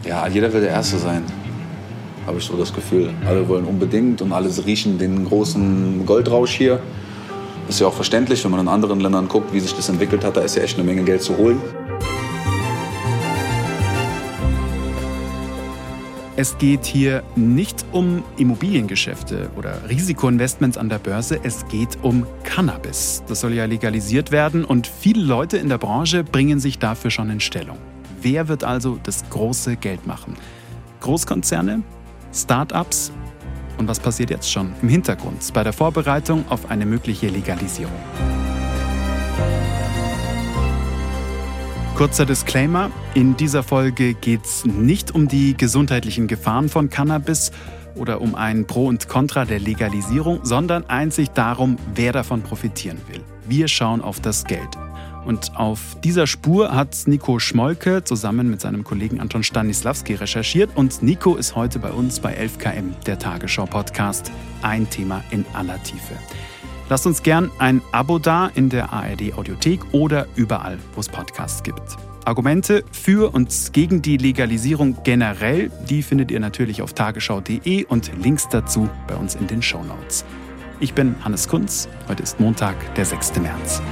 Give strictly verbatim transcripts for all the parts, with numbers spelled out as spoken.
Ja, jeder will der Erste sein, habe ich so das Gefühl. Alle wollen unbedingt und alle riechen den großen Goldrausch hier. Das ist ja auch verständlich, wenn man in anderen Ländern guckt, wie sich das entwickelt hat. Da ist ja echt eine Menge Geld zu holen. Es geht hier nicht um Immobiliengeschäfte oder Risikoinvestments an der Börse, es geht um Cannabis. Das soll ja legalisiert werden und viele Leute in der Branche bringen sich dafür schon in Stellung. Wer wird also das große Geld machen? Großkonzerne? Start-ups? Und was passiert jetzt schon im Hintergrund bei der Vorbereitung auf eine mögliche Legalisierung? Kurzer Disclaimer, in dieser Folge geht es nicht um die gesundheitlichen Gefahren von Cannabis oder um ein Pro und Contra der Legalisierung, sondern einzig darum, wer davon profitieren will. Wir schauen auf das Geld. Und auf dieser Spur hat Nico Schmolke zusammen mit seinem Kollegen Anton Stanislawski recherchiert. Und Nico ist heute bei uns bei elf Kilometer, der Tagesschau-Podcast. Ein Thema in aller Tiefe. Lasst uns gern ein Abo da in der A R D-Audiothek oder überall, wo es Podcasts gibt. Argumente für und gegen die Legalisierung generell, die findet ihr natürlich auf tagesschau punkt de und Links dazu bei uns in den Shownotes. Ich bin Hannes Kunz, heute ist Montag, der sechster März.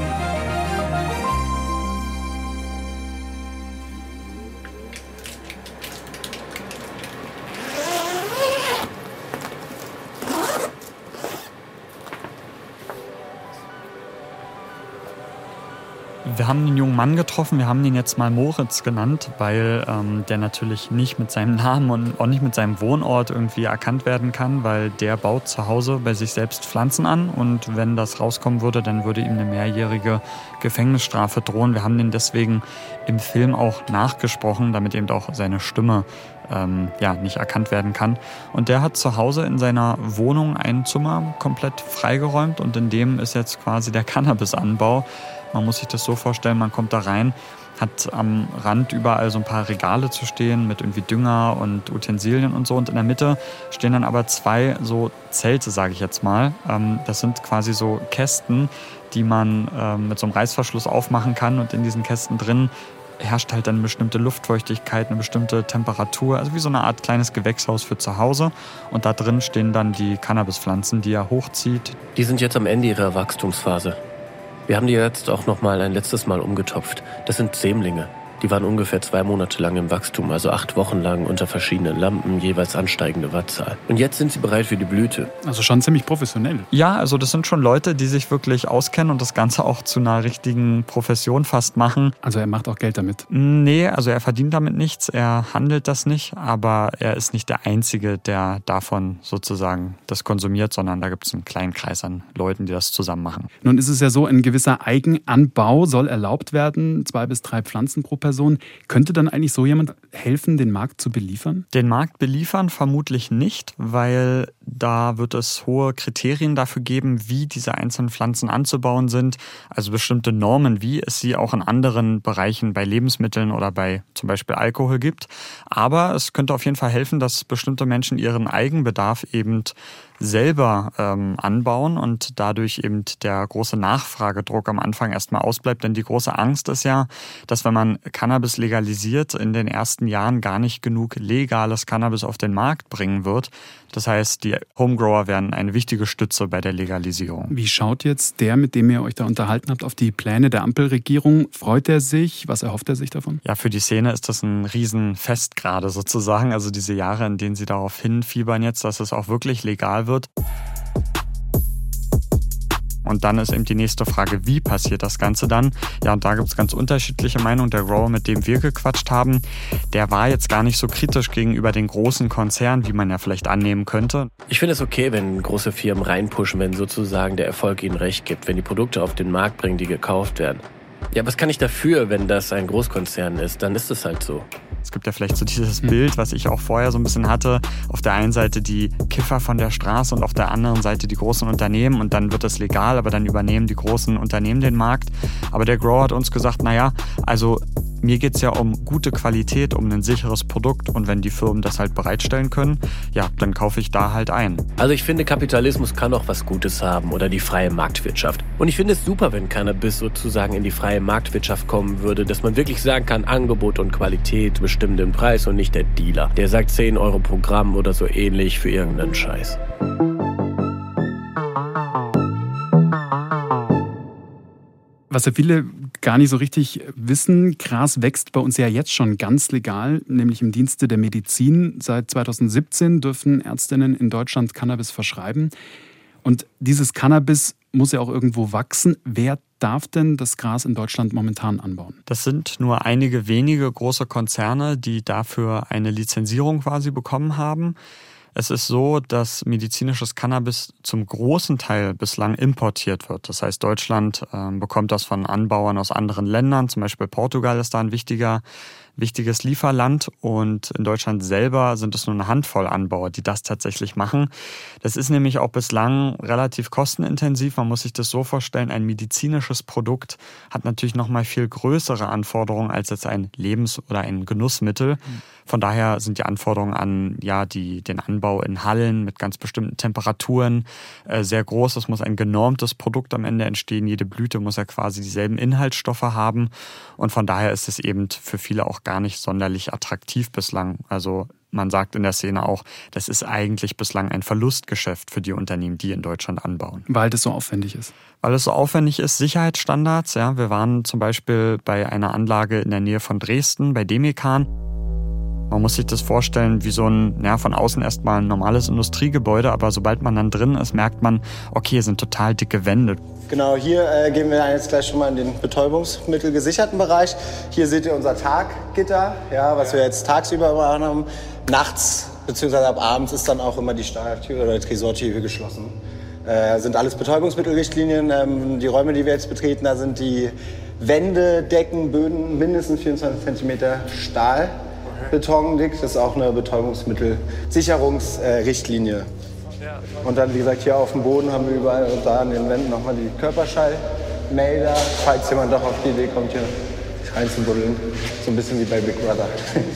Wir haben einen jungen Mann getroffen, wir haben ihn jetzt mal Moritz genannt, weil ähm, der natürlich nicht mit seinem Namen und auch nicht mit seinem Wohnort irgendwie erkannt werden kann, weil der baut zu Hause bei sich selbst Pflanzen an und wenn das rauskommen würde, dann würde ihm eine mehrjährige Gefängnisstrafe drohen. Wir haben den deswegen im Film auch nachgesprochen, damit eben auch seine Stimme ähm, ja, nicht erkannt werden kann. Und der hat zu Hause in seiner Wohnung ein Zimmer komplett freigeräumt und in dem ist jetzt quasi der Cannabisanbau. Man muss sich das so vorstellen, man kommt da rein, hat am Rand überall so ein paar Regale zu stehen mit irgendwie Dünger und Utensilien und so. Und in der Mitte stehen dann aber zwei so Zelte, sage ich jetzt mal. Das sind quasi so Kästen, die man mit so einem Reißverschluss aufmachen kann. Und in diesen Kästen drin herrscht halt dann eine bestimmte Luftfeuchtigkeit, eine bestimmte Temperatur. Also wie so eine Art kleines Gewächshaus für zu Hause. Und da drin stehen dann die Cannabispflanzen, die er hochzieht. Die sind jetzt am Ende ihrer Wachstumsphase. Wir haben die jetzt auch noch mal ein letztes Mal umgetopft. Das sind Sämlinge. Die waren ungefähr zwei Monate lang im Wachstum, also acht Wochen lang unter verschiedenen Lampen, jeweils ansteigende Wattzahl. Und jetzt sind sie bereit für die Blüte. Also schon ziemlich professionell. Ja, also das sind schon Leute, die sich wirklich auskennen und das Ganze auch zu einer richtigen Profession fast machen. Also er macht auch Geld damit? Nee, also er verdient damit nichts, er handelt das nicht, aber er ist nicht der Einzige, der davon sozusagen das konsumiert, sondern da gibt es einen kleinen Kreis an Leuten, die das zusammen machen. Nun ist es ja so, ein gewisser Eigenanbau soll erlaubt werden, zwei bis drei Pflanzen pro Person. Könnte dann eigentlich so jemand helfen, den Markt zu beliefern? Den Markt beliefern vermutlich nicht, weil da wird es hohe Kriterien dafür geben, wie diese einzelnen Pflanzen anzubauen sind. Also bestimmte Normen, wie es sie auch in anderen Bereichen bei Lebensmitteln oder bei zum Beispiel Alkohol gibt. Aber es könnte auf jeden Fall helfen, dass bestimmte Menschen ihren Eigenbedarf eben selber ähm, anbauen und dadurch eben der große Nachfragedruck am Anfang erstmal ausbleibt. Denn die große Angst ist ja, dass wenn man Cannabis legalisiert, in den ersten Jahren gar nicht genug legales Cannabis auf den Markt bringen wird. Das heißt, die Homegrower werden eine wichtige Stütze bei der Legalisierung. Wie schaut jetzt der, mit dem ihr euch da unterhalten habt, auf die Pläne der Ampelregierung? Freut er sich? Was erhofft er sich davon? Ja, für die Szene ist das ein Riesenfest gerade sozusagen. Also diese Jahre, in denen sie darauf hinfiebern jetzt, dass es auch wirklich legal wird. Und dann ist eben die nächste Frage, wie passiert das Ganze dann? Ja, und da gibt es ganz unterschiedliche Meinungen. Der Grower, mit dem wir gequatscht haben, der war jetzt gar nicht so kritisch gegenüber den großen Konzernen, wie man ja vielleicht annehmen könnte. Ich finde es okay, wenn große Firmen reinpushen, wenn sozusagen der Erfolg ihnen recht gibt, wenn die Produkte auf den Markt bringen, die gekauft werden. Ja, was kann ich dafür, wenn das ein Großkonzern ist? Dann ist es halt so. Es gibt ja vielleicht so dieses Bild, was ich auch vorher so ein bisschen hatte. Auf der einen Seite die Kiffer von der Straße und auf der anderen Seite die großen Unternehmen. Und dann wird das legal, aber dann übernehmen die großen Unternehmen den Markt. Aber der Grower hat uns gesagt, naja, also mir geht es ja um gute Qualität, um ein sicheres Produkt. Und wenn die Firmen das halt bereitstellen können, ja, dann kaufe ich da halt ein. Also ich finde, Kapitalismus kann auch was Gutes haben oder die freie Marktwirtschaft. Und ich finde es super, wenn Cannabis sozusagen in die freie Marktwirtschaft kommen würde, dass man wirklich sagen kann, Angebot und Qualität bestimmt bestimmen den Preis und nicht der Dealer. Der sagt zehn Euro pro Gramm oder so ähnlich für irgendeinen Scheiß. Was ja viele gar nicht so richtig wissen, Gras wächst bei uns ja jetzt schon ganz legal, nämlich im Dienste der Medizin. Seit zweitausendsiebzehn dürfen Ärztinnen in Deutschland Cannabis verschreiben. Und dieses Cannabis muss ja auch irgendwo wachsen. Wer darf denn das Gras in Deutschland momentan anbauen? Das sind nur einige wenige große Konzerne, die dafür eine Lizenzierung quasi bekommen haben. Es ist so, dass medizinisches Cannabis zum großen Teil bislang importiert wird. Das heißt, Deutschland äh, bekommt das von Anbauern aus anderen Ländern. Zum Beispiel Portugal ist da ein wichtiger, wichtiges Lieferland. Und in Deutschland selber sind es nur eine Handvoll Anbauer, die das tatsächlich machen. Das ist nämlich auch bislang relativ kostenintensiv. Man muss sich das so vorstellen, ein medizinisches Produkt hat natürlich noch mal viel größere Anforderungen als jetzt ein Lebens- oder ein Genussmittel. Von daher sind die Anforderungen an ja, die, den Anbau in Hallen mit ganz bestimmten Temperaturen äh, sehr groß. Es muss ein genormtes Produkt am Ende entstehen. Jede Blüte muss ja quasi dieselben Inhaltsstoffe haben. Und von daher ist es eben für viele auch gar nicht sonderlich attraktiv bislang. Also man sagt in der Szene auch, das ist eigentlich bislang ein Verlustgeschäft für die Unternehmen, die in Deutschland anbauen. Weil das so aufwendig ist. Weil es so aufwendig ist, Sicherheitsstandards. Ja, wir waren zum Beispiel bei einer Anlage in der Nähe von Dresden, bei Demekan. Man muss sich das vorstellen wie so ein, ja, von außen erstmal ein normales Industriegebäude, aber sobald man dann drin ist, merkt man, okay, hier sind total dicke Wände. Genau, hier äh, gehen wir jetzt gleich schon mal in den betäubungsmittelgesicherten Bereich. Hier seht ihr unser Taggitter, ja, was wir jetzt tagsüber haben. Nachts bzw. ab abends ist dann auch immer die Stahltür oder die Tresortür hier geschlossen. Äh, sind alles Betäubungsmittelrichtlinien. Ähm, die Räume, die wir jetzt betreten, da sind die Wände, Decken, Böden mindestens vierundzwanzig Zentimeter Stahl. Beton dick, das ist auch eine Betäubungsmittelsicherungsrichtlinie. Und dann, wie gesagt, hier auf dem Boden haben wir überall und da an den Wänden nochmal die Körperschallmelder, falls jemand doch auf die Idee kommt, hier reinzubuddeln. So ein bisschen wie bei Big Brother.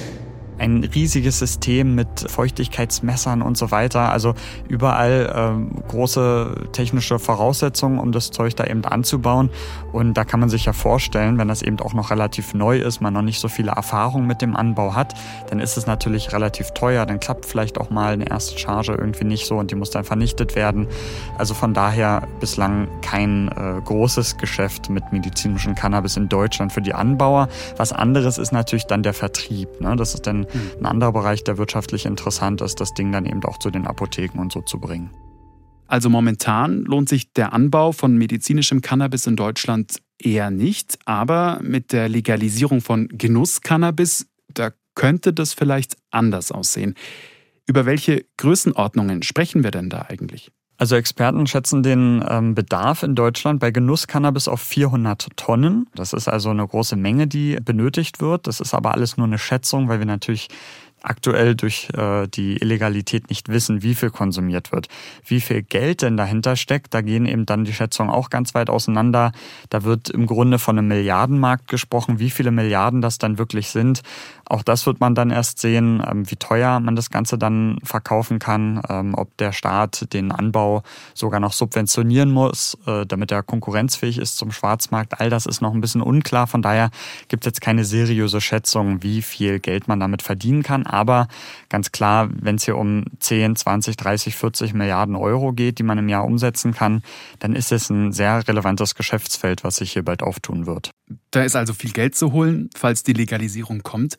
Ein riesiges System mit Feuchtigkeitsmessern und so weiter. Also überall ähm, große technische Voraussetzungen, um das Zeug da eben anzubauen. Und da kann man sich ja vorstellen, wenn das eben auch noch relativ neu ist, man noch nicht so viele Erfahrungen mit dem Anbau hat, dann ist es natürlich relativ teuer. Dann klappt vielleicht auch mal eine erste Charge irgendwie nicht so und die muss dann vernichtet werden. Also von daher bislang kein äh, großes Geschäft mit medizinischem Cannabis in Deutschland für die Anbauer. Was anderes ist natürlich dann der Vertrieb, ne? Das ist dann ein anderer Bereich, der wirtschaftlich interessant ist, das Ding dann eben auch zu den Apotheken und so zu bringen. Also momentan lohnt sich der Anbau von medizinischem Cannabis in Deutschland eher nicht, aber mit der Legalisierung von Genusscannabis, da könnte das vielleicht anders aussehen. Über welche Größenordnungen sprechen wir denn da eigentlich? Also Experten schätzen den ähm, Bedarf in Deutschland bei Genusscannabis auf vierhundert Tonnen. Das ist also eine große Menge, die benötigt wird. Das ist aber alles nur eine Schätzung, weil wir natürlich aktuell durch äh, die Illegalität nicht wissen, wie viel konsumiert wird. Wie viel Geld denn dahinter steckt, da gehen eben dann die Schätzungen auch ganz weit auseinander. Da wird im Grunde von einem Milliardenmarkt gesprochen. Wie viele Milliarden das dann wirklich sind, auch das wird man dann erst sehen, ähm, wie teuer man das Ganze dann verkaufen kann, ähm, ob der Staat den Anbau sogar noch subventionieren muss, äh, damit er konkurrenzfähig ist zum Schwarzmarkt. All das ist noch ein bisschen unklar. Von daher gibt es jetzt keine seriöse Schätzung, wie viel Geld man damit verdienen kann. Aber ganz klar, wenn es hier um zehn, zwanzig, dreißig, vierzig Milliarden Euro geht, die man im Jahr umsetzen kann, dann ist es ein sehr relevantes Geschäftsfeld, was sich hier bald auftun wird. Da ist also viel Geld zu holen, falls die Legalisierung kommt.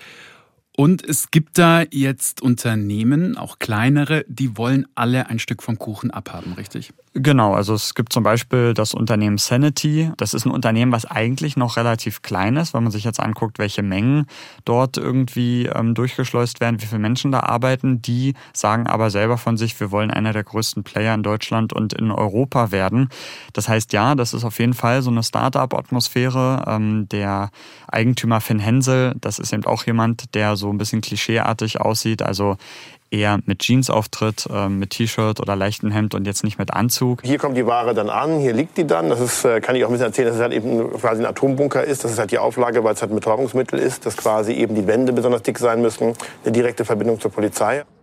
Und es gibt da jetzt Unternehmen, auch kleinere, die wollen alle ein Stück vom Kuchen abhaben, richtig? Genau, also es gibt zum Beispiel das Unternehmen Sanity. Das ist ein Unternehmen, was eigentlich noch relativ klein ist, wenn man sich jetzt anguckt, welche Mengen dort irgendwie ähm, durchgeschleust werden, wie viele Menschen da arbeiten. Die sagen aber selber von sich, wir wollen einer der größten Player in Deutschland und in Europa werden. Das heißt, ja, das ist auf jeden Fall so eine Start-up-Atmosphäre. Ähm, der Eigentümer Finn Hensel, das ist eben auch jemand, der so ein bisschen klischeeartig aussieht, also eher mit Jeans auftritt, äh, mit T-Shirt oder leichtem Hemd und jetzt nicht mit Anzug. Hier kommt die Ware dann an, hier liegt die dann. Das ist, kann ich auch ein bisschen erzählen, dass es halt eben quasi ein Atombunker ist. Das ist halt die Auflage, weil es halt ein Betäubungsmittel ist, dass quasi eben die Wände besonders dick sein müssen. Eine direkte Verbindung zur Polizei.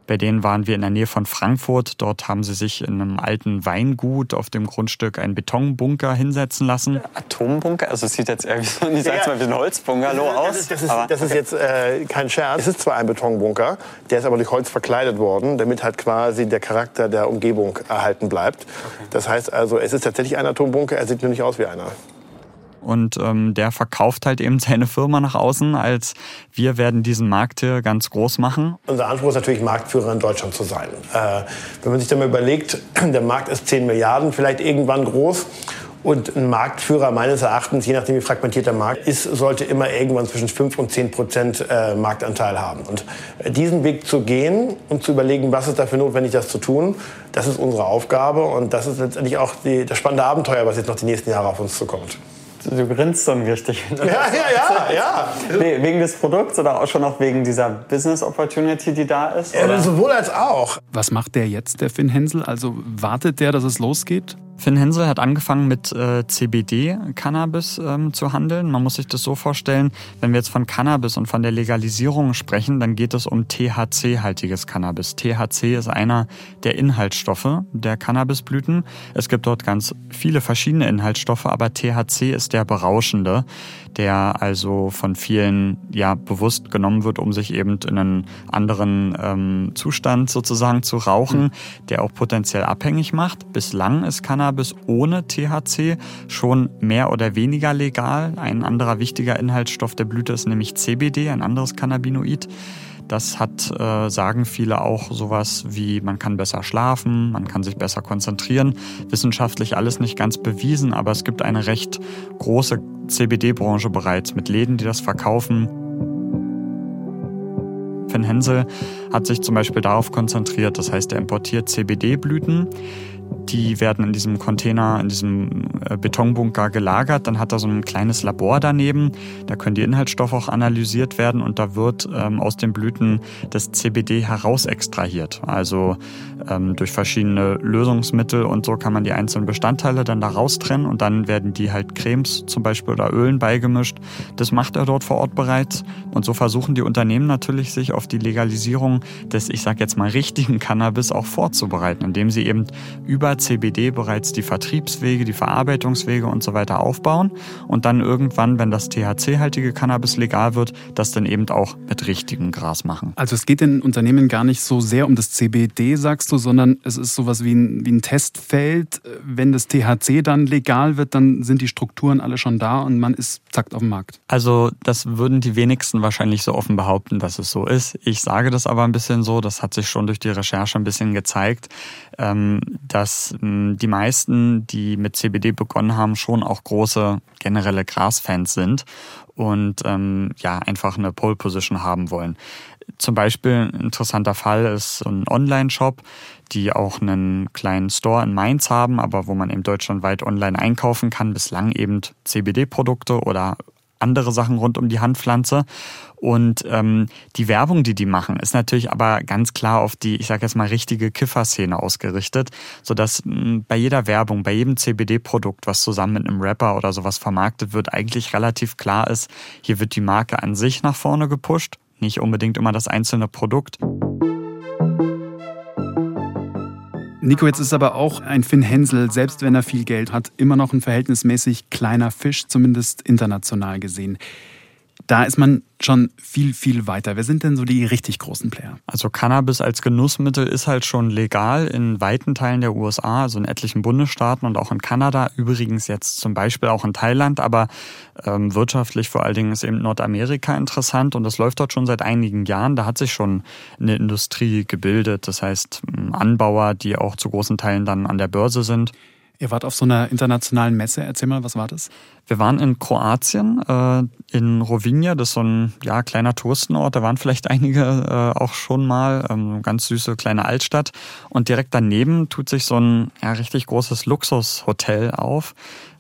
Bei denen waren wir in der Nähe von Frankfurt. Dort haben sie sich in einem alten Weingut auf dem Grundstück einen Betonbunker hinsetzen lassen. Atombunker? Also es sieht jetzt irgendwie so, ich sag's mal, wie ein Holzbungalow aus. Das ist, das ist, das ist jetzt äh, kein Scherz. Es ist zwar ein Betonbunker, der ist aber durch Holz verkleidet worden, damit halt quasi der Charakter der Umgebung erhalten bleibt. Okay. Das heißt also, es ist tatsächlich ein Atombunker, er sieht nur nicht aus wie einer. Und ähm, der verkauft halt eben seine Firma nach außen, als wir werden diesen Markt hier ganz groß machen. Unser Anspruch ist natürlich, Marktführer in Deutschland zu sein. Äh, wenn man sich dann mal überlegt, der Markt ist zehn Milliarden, vielleicht irgendwann groß. Und ein Marktführer meines Erachtens, je nachdem wie fragmentiert der Markt ist, sollte immer irgendwann zwischen fünf und zehn Prozent äh, Marktanteil haben. Und äh, diesen Weg zu gehen und zu überlegen, was ist dafür notwendig, das zu tun, das ist unsere Aufgabe. Und das ist letztendlich auch die, das spannende Abenteuer, was jetzt noch die nächsten Jahre auf uns zukommt. Du grinst dann richtig. Ja, ja, ja, ja. Wegen des Produkts oder auch schon auch wegen dieser Business Opportunity, die da ist? Oder? Ja, sowohl als auch. Was macht der jetzt, der Finn Hensel? Also wartet der, dass es losgeht? Finn Hensel hat angefangen mit äh, C B D-Cannabis ähm, zu handeln. Man muss sich das so vorstellen, wenn wir jetzt von Cannabis und von der Legalisierung sprechen, dann geht es um T H C-haltiges Cannabis. T H C ist einer der Inhaltsstoffe der Cannabisblüten. Es gibt dort ganz viele verschiedene Inhaltsstoffe, aber T H C ist der berauschende, der also von vielen ja bewusst genommen wird, um sich eben in einen anderen ähm, Zustand sozusagen zu rauchen, mhm. der auch potenziell abhängig macht. Bislang ist Cannabis bis ohne T H C schon mehr oder weniger legal. Ein anderer wichtiger Inhaltsstoff der Blüte ist nämlich C B D, ein anderes Cannabinoid. Das hat, äh, sagen viele auch, sowas wie, man kann besser schlafen, man kann sich besser konzentrieren. Wissenschaftlich alles nicht ganz bewiesen, aber es gibt eine recht große C B D-Branche bereits mit Läden, die das verkaufen. Finn Hensel hat sich zum Beispiel darauf konzentriert, das heißt, er importiert C B D-Blüten. Die werden in diesem Container, in diesem Betonbunker gelagert. Dann hat er so ein kleines Labor daneben. Da können die Inhaltsstoffe auch analysiert werden und da wird ähm, aus den Blüten das C B D herausextrahiert. Also ähm, durch verschiedene Lösungsmittel und so kann man die einzelnen Bestandteile dann da raustrennen und dann werden die halt Cremes zum Beispiel oder Ölen beigemischt. Das macht er dort vor Ort bereits. Und so versuchen die Unternehmen natürlich, sich auf die Legalisierung des, ich sag jetzt mal, richtigen Cannabis auch vorzubereiten, indem sie eben über C B D bereits die Vertriebswege, die Verarbeitungswege und so weiter aufbauen und dann irgendwann, wenn das T H C-haltige Cannabis legal wird, das dann eben auch mit richtigem Gras machen. Also es geht den Unternehmen gar nicht so sehr um das C B D, sagst du, sondern es ist sowas wie ein, wie ein Testfeld. Wenn das T H C dann legal wird, dann sind die Strukturen alle schon da und man ist zack auf dem Markt. Also das würden die wenigsten wahrscheinlich so offen behaupten, dass es so ist. Ich sage das aber ein bisschen so, das hat sich schon durch die Recherche ein bisschen gezeigt, dass die meisten, die mit C B D begonnen haben, schon auch große generelle Gras-Fans sind und ähm, ja einfach eine Pole-Position haben wollen. Zum Beispiel ein interessanter Fall ist so ein Online-Shop, die auch einen kleinen Store in Mainz haben, aber wo man eben deutschlandweit online einkaufen kann, bislang eben C B D-Produkte oder andere Sachen rund um die Handpflanze. Und ähm, die Werbung, die die machen, ist natürlich aber ganz klar auf die, ich sage jetzt mal, richtige Kifferszene ausgerichtet, sodass mh, bei jeder Werbung, bei jedem C B D-Produkt, was zusammen mit einem Rapper oder sowas vermarktet wird, eigentlich relativ klar ist, hier wird die Marke an sich nach vorne gepusht, nicht unbedingt immer das einzelne Produkt. Nico, jetzt ist aber auch ein Finn Hensel, selbst wenn er viel Geld hat, immer noch ein verhältnismäßig kleiner Fisch, zumindest international gesehen. Da ist man schon viel, viel weiter. Wer sind denn so die richtig großen Player? Also Cannabis als Genussmittel ist halt schon legal in weiten Teilen der U S A, also in etlichen Bundesstaaten und auch in Kanada. Übrigens jetzt zum Beispiel auch in Thailand, aber ähm, wirtschaftlich vor allen Dingen ist eben Nordamerika interessant und das läuft dort schon seit einigen Jahren. Da hat sich schon eine Industrie gebildet, das heißt Anbauer, die auch zu großen Teilen dann an der Börse sind. Ihr wart auf so einer internationalen Messe. Erzähl mal, was war das? Wir waren in Kroatien, äh, in Rovinj, das ist so ein ja, kleiner Touristenort. Da waren vielleicht einige äh, auch schon mal. Ähm, ganz süße kleine Altstadt. Und direkt daneben tut sich so ein ja, richtig großes Luxushotel auf.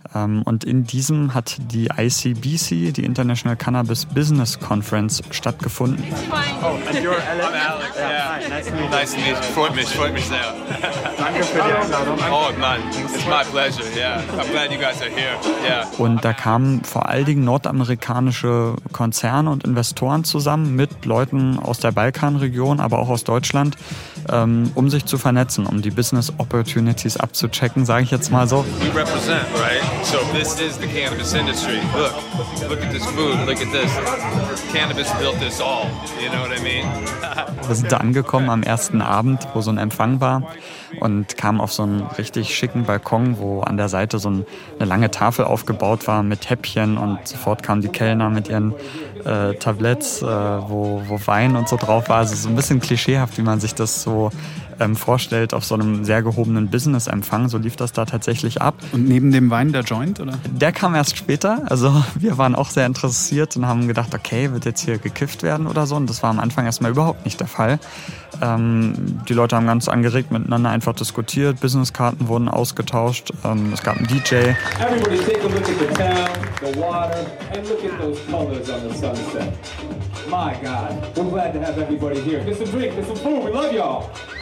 Und in diesem hat die I C B C, die International Cannabis Business Conference, stattgefunden. Oh, and you're Alex? I'm Alex, yeah. yeah. Nice to meet you. Nice to meet you. Freut mich, freut mich sehr. Danke für die Einladung. Oh man, it's my pleasure, yeah. I'm glad you guys are here, yeah. Und da kamen vor allen Dingen nordamerikanische Konzerne und Investoren zusammen mit Leuten aus der Balkanregion, aber auch aus Deutschland, um sich zu vernetzen, um die Business Opportunities abzuchecken, sage ich jetzt mal so. We represent, right? So this is the cannabis industry. Look, look at this food, look at this. Cannabis built this all, you know what I mean? Wir sind da angekommen am ersten Abend, wo so ein Empfang war und kamen auf so einen richtig schicken Balkon, wo an der Seite so ein, eine lange Tafel aufgebaut war mit Häppchen und sofort kamen die Kellner mit ihren äh, Tabletts, äh, wo, wo Wein und so drauf war. Also so ein bisschen klischeehaft, wie man sich das so ähm, vorstellt auf so einem sehr gehobenen Business-Empfang. So lief das da tatsächlich ab. Und neben dem Wein der Joint, oder? Der kam erst später. Also wir waren auch sehr interessiert und haben gedacht, okay, wird jetzt hier gekifft werden oder so. Und das war am Anfang erstmal überhaupt nicht der Fall. Ähm, die Leute haben ganz angeregt miteinander einfach diskutiert. Businesskarten wurden ausgetauscht. Ähm, es gab einen D J. Everybody take a look at the town, the water, and look at those colors on the sunset. My God, we're glad to have everybody here. Get some drink, get some food, we love y'all.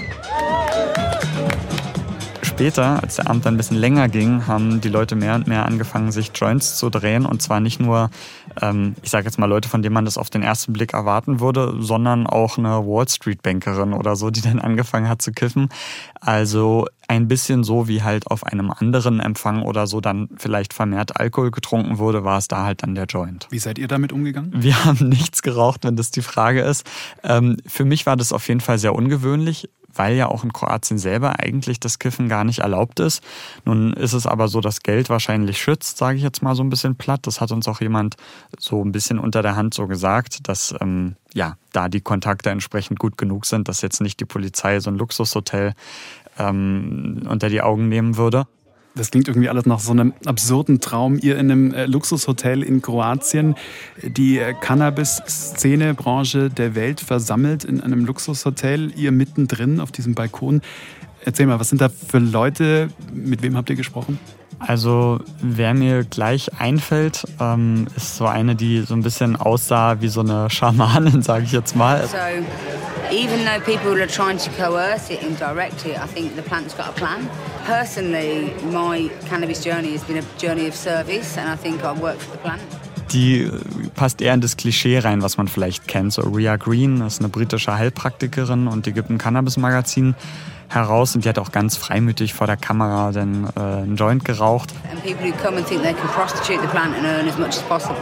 Später, als der Abend dann ein bisschen länger ging, haben die Leute mehr und mehr angefangen, sich Joints zu drehen. Und zwar nicht nur, ähm, ich sage jetzt mal Leute, von denen man das auf den ersten Blick erwarten würde, sondern auch eine Wall-Street-Bankerin oder so, die dann angefangen hat zu kiffen. Also ein bisschen so, wie halt auf einem anderen Empfang oder so dann vielleicht vermehrt Alkohol getrunken wurde, war es da halt dann der Joint. Wie seid ihr damit umgegangen? Wir haben nichts geraucht, wenn das die Frage ist. Ähm, für mich war das auf jeden Fall sehr ungewöhnlich, weil ja auch in Kroatien selber eigentlich das Kiffen gar nicht erlaubt ist. Nun ist es aber so, dass Geld wahrscheinlich schützt, sage ich jetzt mal so ein bisschen platt. Das hat uns auch jemand so ein bisschen unter der Hand so gesagt, dass ähm, ja da die Kontakte entsprechend gut genug sind, dass jetzt nicht die Polizei so ein Luxushotel ähm, unter die Augen nehmen würde. Das klingt irgendwie alles nach so einem absurden Traum. Ihr in einem äh, Luxushotel in Kroatien, die äh, Cannabis-Szene, Branche der Welt versammelt in einem Luxushotel, ihr mittendrin auf diesem Balkon. Erzähl mal, was sind da für Leute, mit wem habt ihr gesprochen? Also wer mir gleich einfällt, ähm, ist so eine, die so ein bisschen aussah wie so eine Schamanin, sage ich jetzt mal. So, even though people are trying to coerce it indirectly, I think the plant's got a plan. Personally, my cannabis journey has been a journey of service and I think I work for the plant. Die passt eher in das Klischee rein, was man vielleicht kennt. So Rhea Green ist eine britische Heilpraktikerin und die gibt ein Cannabis-Magazin heraus und die hat auch ganz freimütig vor der Kamera dann äh, einen Joint geraucht. And people who come and think they can prostitute the plant and earn as much as possible,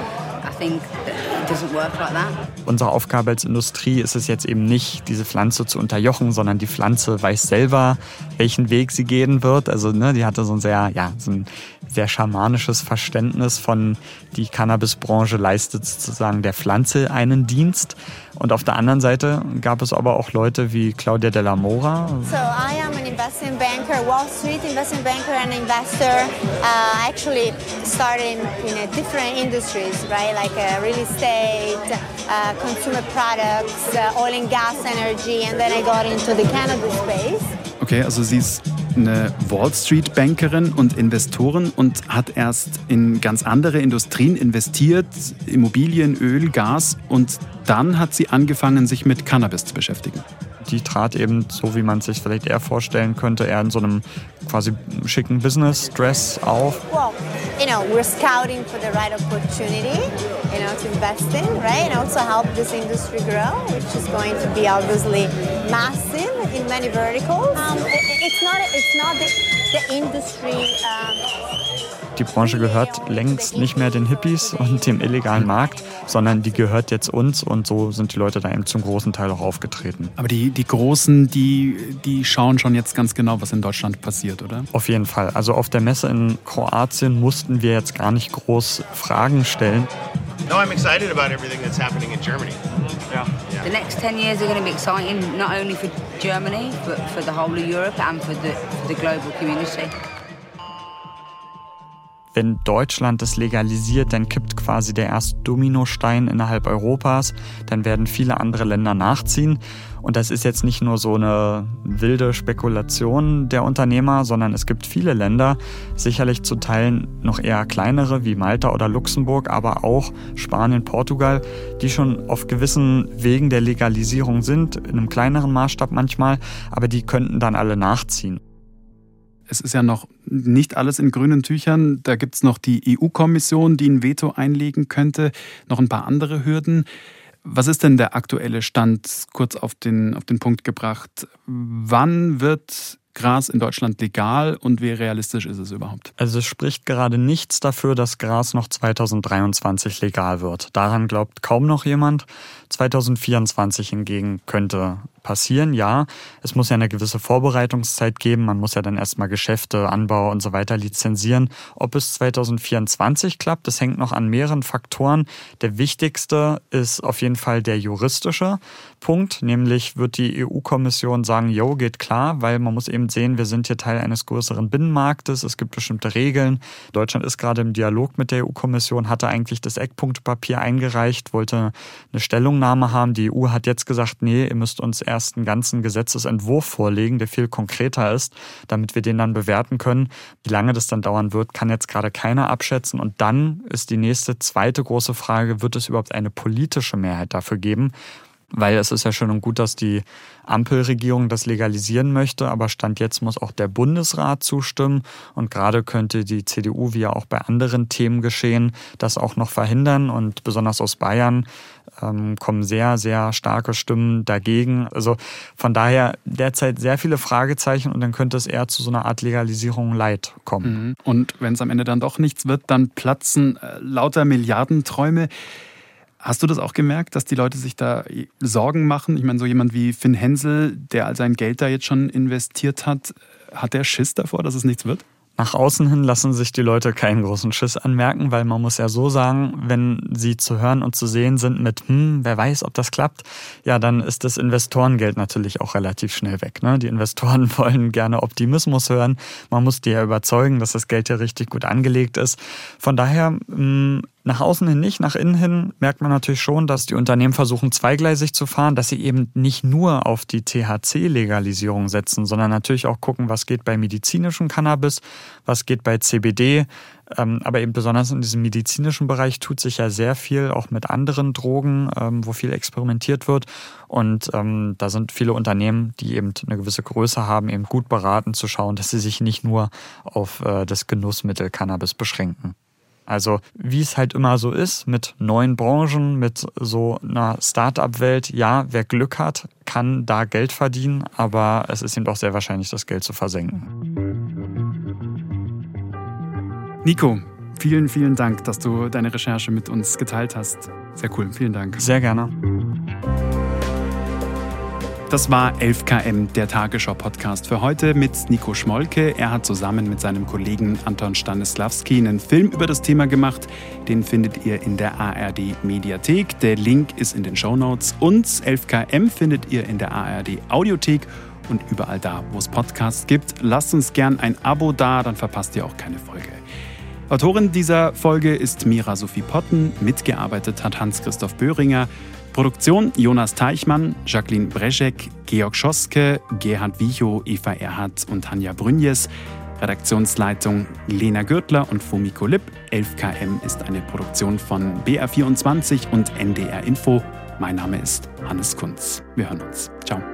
I think it doesn't work like that. Unsere Aufgabe als Industrie ist es jetzt eben nicht, diese Pflanze zu unterjochen, sondern die Pflanze weiß selber, welchen Weg sie gehen wird. Also ne, die hatte so ein sehr, ja, so ein sehr schamanisches Verständnis von, die Cannabisbranche leistet sozusagen der Pflanze einen Dienst. Und auf der anderen Seite gab es aber auch Leute wie Claudia Della Mora. So I am an investment banker, Wall Street investment banker and investor. Uh, actually started in, in a different industries, right? Like uh, real estate, uh, consumer products, uh, oil and gas energy, and then I got into the cannabis space. Okay, also sie ist eine Wall-Street-Bankerin und Investorin und hat erst in ganz andere Industrien investiert, Immobilien, Öl, Gas, und dann hat sie angefangen, sich mit Cannabis zu beschäftigen. Die trat eben, so wie man es sich vielleicht eher vorstellen könnte, eher in so einem quasi schicken Business-Dress auf. Well, you know, we're scouting for the right opportunity, you know, to invest in, right? And also help this industry grow, which is going to be obviously massive in many verticals. Um, it's not, it's not the, the industry. Um, Die Branche gehört längst nicht mehr den Hippies und dem illegalen Markt, sondern die gehört jetzt uns, und so sind die Leute da eben zum großen Teil auch aufgetreten. Aber die, die Großen, die, die schauen schon jetzt ganz genau, was in Deutschland passiert, oder? Auf jeden Fall. Also auf der Messe in Kroatien mussten wir jetzt gar nicht groß Fragen stellen. No, I'm excited about everything that's happening in Germany. Yeah. The next ten years are going to be exciting, not only for Germany, but for the whole of Europe and for the, for the global community. wenn Deutschland das legalisiert, dann kippt quasi der erste Dominostein innerhalb Europas. Dann werden viele andere Länder nachziehen. Und das ist jetzt nicht nur so eine wilde Spekulation der Unternehmer, sondern es gibt viele Länder, sicherlich zu Teilen noch eher kleinere wie Malta oder Luxemburg, aber auch Spanien, Portugal, die schon auf gewissen Wegen der Legalisierung sind, in einem kleineren Maßstab manchmal, aber die könnten dann alle nachziehen. Es ist ja noch nicht alles in grünen Tüchern. Da gibt es noch die E U-Kommission, die ein Veto einlegen könnte, noch ein paar andere Hürden. Was ist denn der aktuelle Stand, kurz auf den, auf den Punkt gebracht? Wann wird Gras in Deutschland legal und wie realistisch ist es überhaupt? Also es spricht gerade nichts dafür, dass Gras noch zweitausenddreiundzwanzig legal wird. Daran glaubt kaum noch jemand. zweitausendvierundzwanzig hingegen könnte passieren, ja. Es muss ja eine gewisse Vorbereitungszeit geben. Man muss ja dann erstmal Geschäfte, Anbau und so weiter lizenzieren. Ob es zweitausendvierundzwanzig klappt, das hängt noch an mehreren Faktoren. Der wichtigste ist auf jeden Fall der juristische Punkt, nämlich wird die E U-Kommission sagen, jo, geht klar, weil man muss eben sehen, wir sind hier Teil eines größeren Binnenmarktes, es gibt bestimmte Regeln. Deutschland ist gerade im Dialog mit der E U-Kommission, hatte eigentlich das Eckpunktepapier eingereicht, wollte eine Stellungnahme haben. Die E U hat jetzt gesagt, nee, ihr müsst uns erst einen ganzen Gesetzesentwurf vorlegen, der viel konkreter ist, damit wir den dann bewerten können. Wie lange das dann dauern wird, kann jetzt gerade keiner abschätzen. Und dann ist die nächste, zweite große Frage, wird es überhaupt eine politische Mehrheit dafür geben? Weil es ist ja schön und gut, dass die Ampelregierung das legalisieren möchte, aber Stand jetzt muss auch der Bundesrat zustimmen und gerade könnte die C D U, wie ja auch bei anderen Themen geschehen, das auch noch verhindern und besonders aus Bayern ähm, kommen sehr, sehr starke Stimmen dagegen. Also von daher derzeit sehr viele Fragezeichen und dann könnte es eher zu so einer Art Legalisierung light kommen. Und wenn es am Ende dann doch nichts wird, dann platzen äh, lauter Milliardenträume. Hast du das auch gemerkt, dass die Leute sich da Sorgen machen? Ich meine, so jemand wie Finn Hensel, der all sein Geld da jetzt schon investiert hat, hat der Schiss davor, dass es nichts wird? Nach außen hin lassen sich die Leute keinen großen Schiss anmerken, weil man muss ja so sagen, wenn sie zu hören und zu sehen sind mit, hm, wer weiß, ob das klappt, ja, dann ist das Investorengeld natürlich auch relativ schnell weg. Ne? Die Investoren wollen gerne Optimismus hören. Man muss die ja überzeugen, dass das Geld ja richtig gut angelegt ist. Von daher, mh, nach außen hin nicht, nach innen hin merkt man natürlich schon, dass die Unternehmen versuchen, zweigleisig zu fahren, dass sie eben nicht nur auf die T H C-Legalisierung setzen, sondern natürlich auch gucken, was geht bei medizinischem Cannabis, was geht bei C B D. Aber eben besonders in diesem medizinischen Bereich tut sich ja sehr viel, auch mit anderen Drogen, wo viel experimentiert wird. Und ähm, da sind viele Unternehmen, die eben eine gewisse Größe haben, eben gut beraten zu schauen, dass sie sich nicht nur auf äh, das Genussmittel Cannabis beschränken. Also wie es halt immer so ist mit neuen Branchen, mit so einer Start-up-Welt, ja, wer Glück hat, kann da Geld verdienen, aber es ist eben auch sehr wahrscheinlich, das Geld zu versenken. Nico, vielen, vielen Dank, dass du deine Recherche mit uns geteilt hast. Sehr cool, vielen Dank. Sehr gerne. Das war elf Kilometer, der Tagesschau-Podcast für heute mit Nico Schmolke. Er hat zusammen mit seinem Kollegen Anton Stanislawski einen Film über das Thema gemacht. Den findet ihr in der A R D-Mediathek. Der Link ist in den Shownotes. Und elf Kilometer findet ihr in der A R D-Audiothek und überall da, wo es Podcasts gibt. Lasst uns gern ein Abo da, dann verpasst ihr auch keine Folge. Autorin dieser Folge ist Mira Sophie Potten. Mitgearbeitet hat Hans-Christoph Böhringer. Produktion Jonas Teichmann, Jacqueline Breschek, Georg Schoske, Gerhard Wiechow, Eva Erhardt und Tanja Brünjes. Redaktionsleitung Lena Gürtler und Fumiko Lipp. elf Kilometer ist eine Produktion von B R vierundzwanzig und N D R Info. Mein Name ist Hannes Kunz. Wir hören uns. Ciao.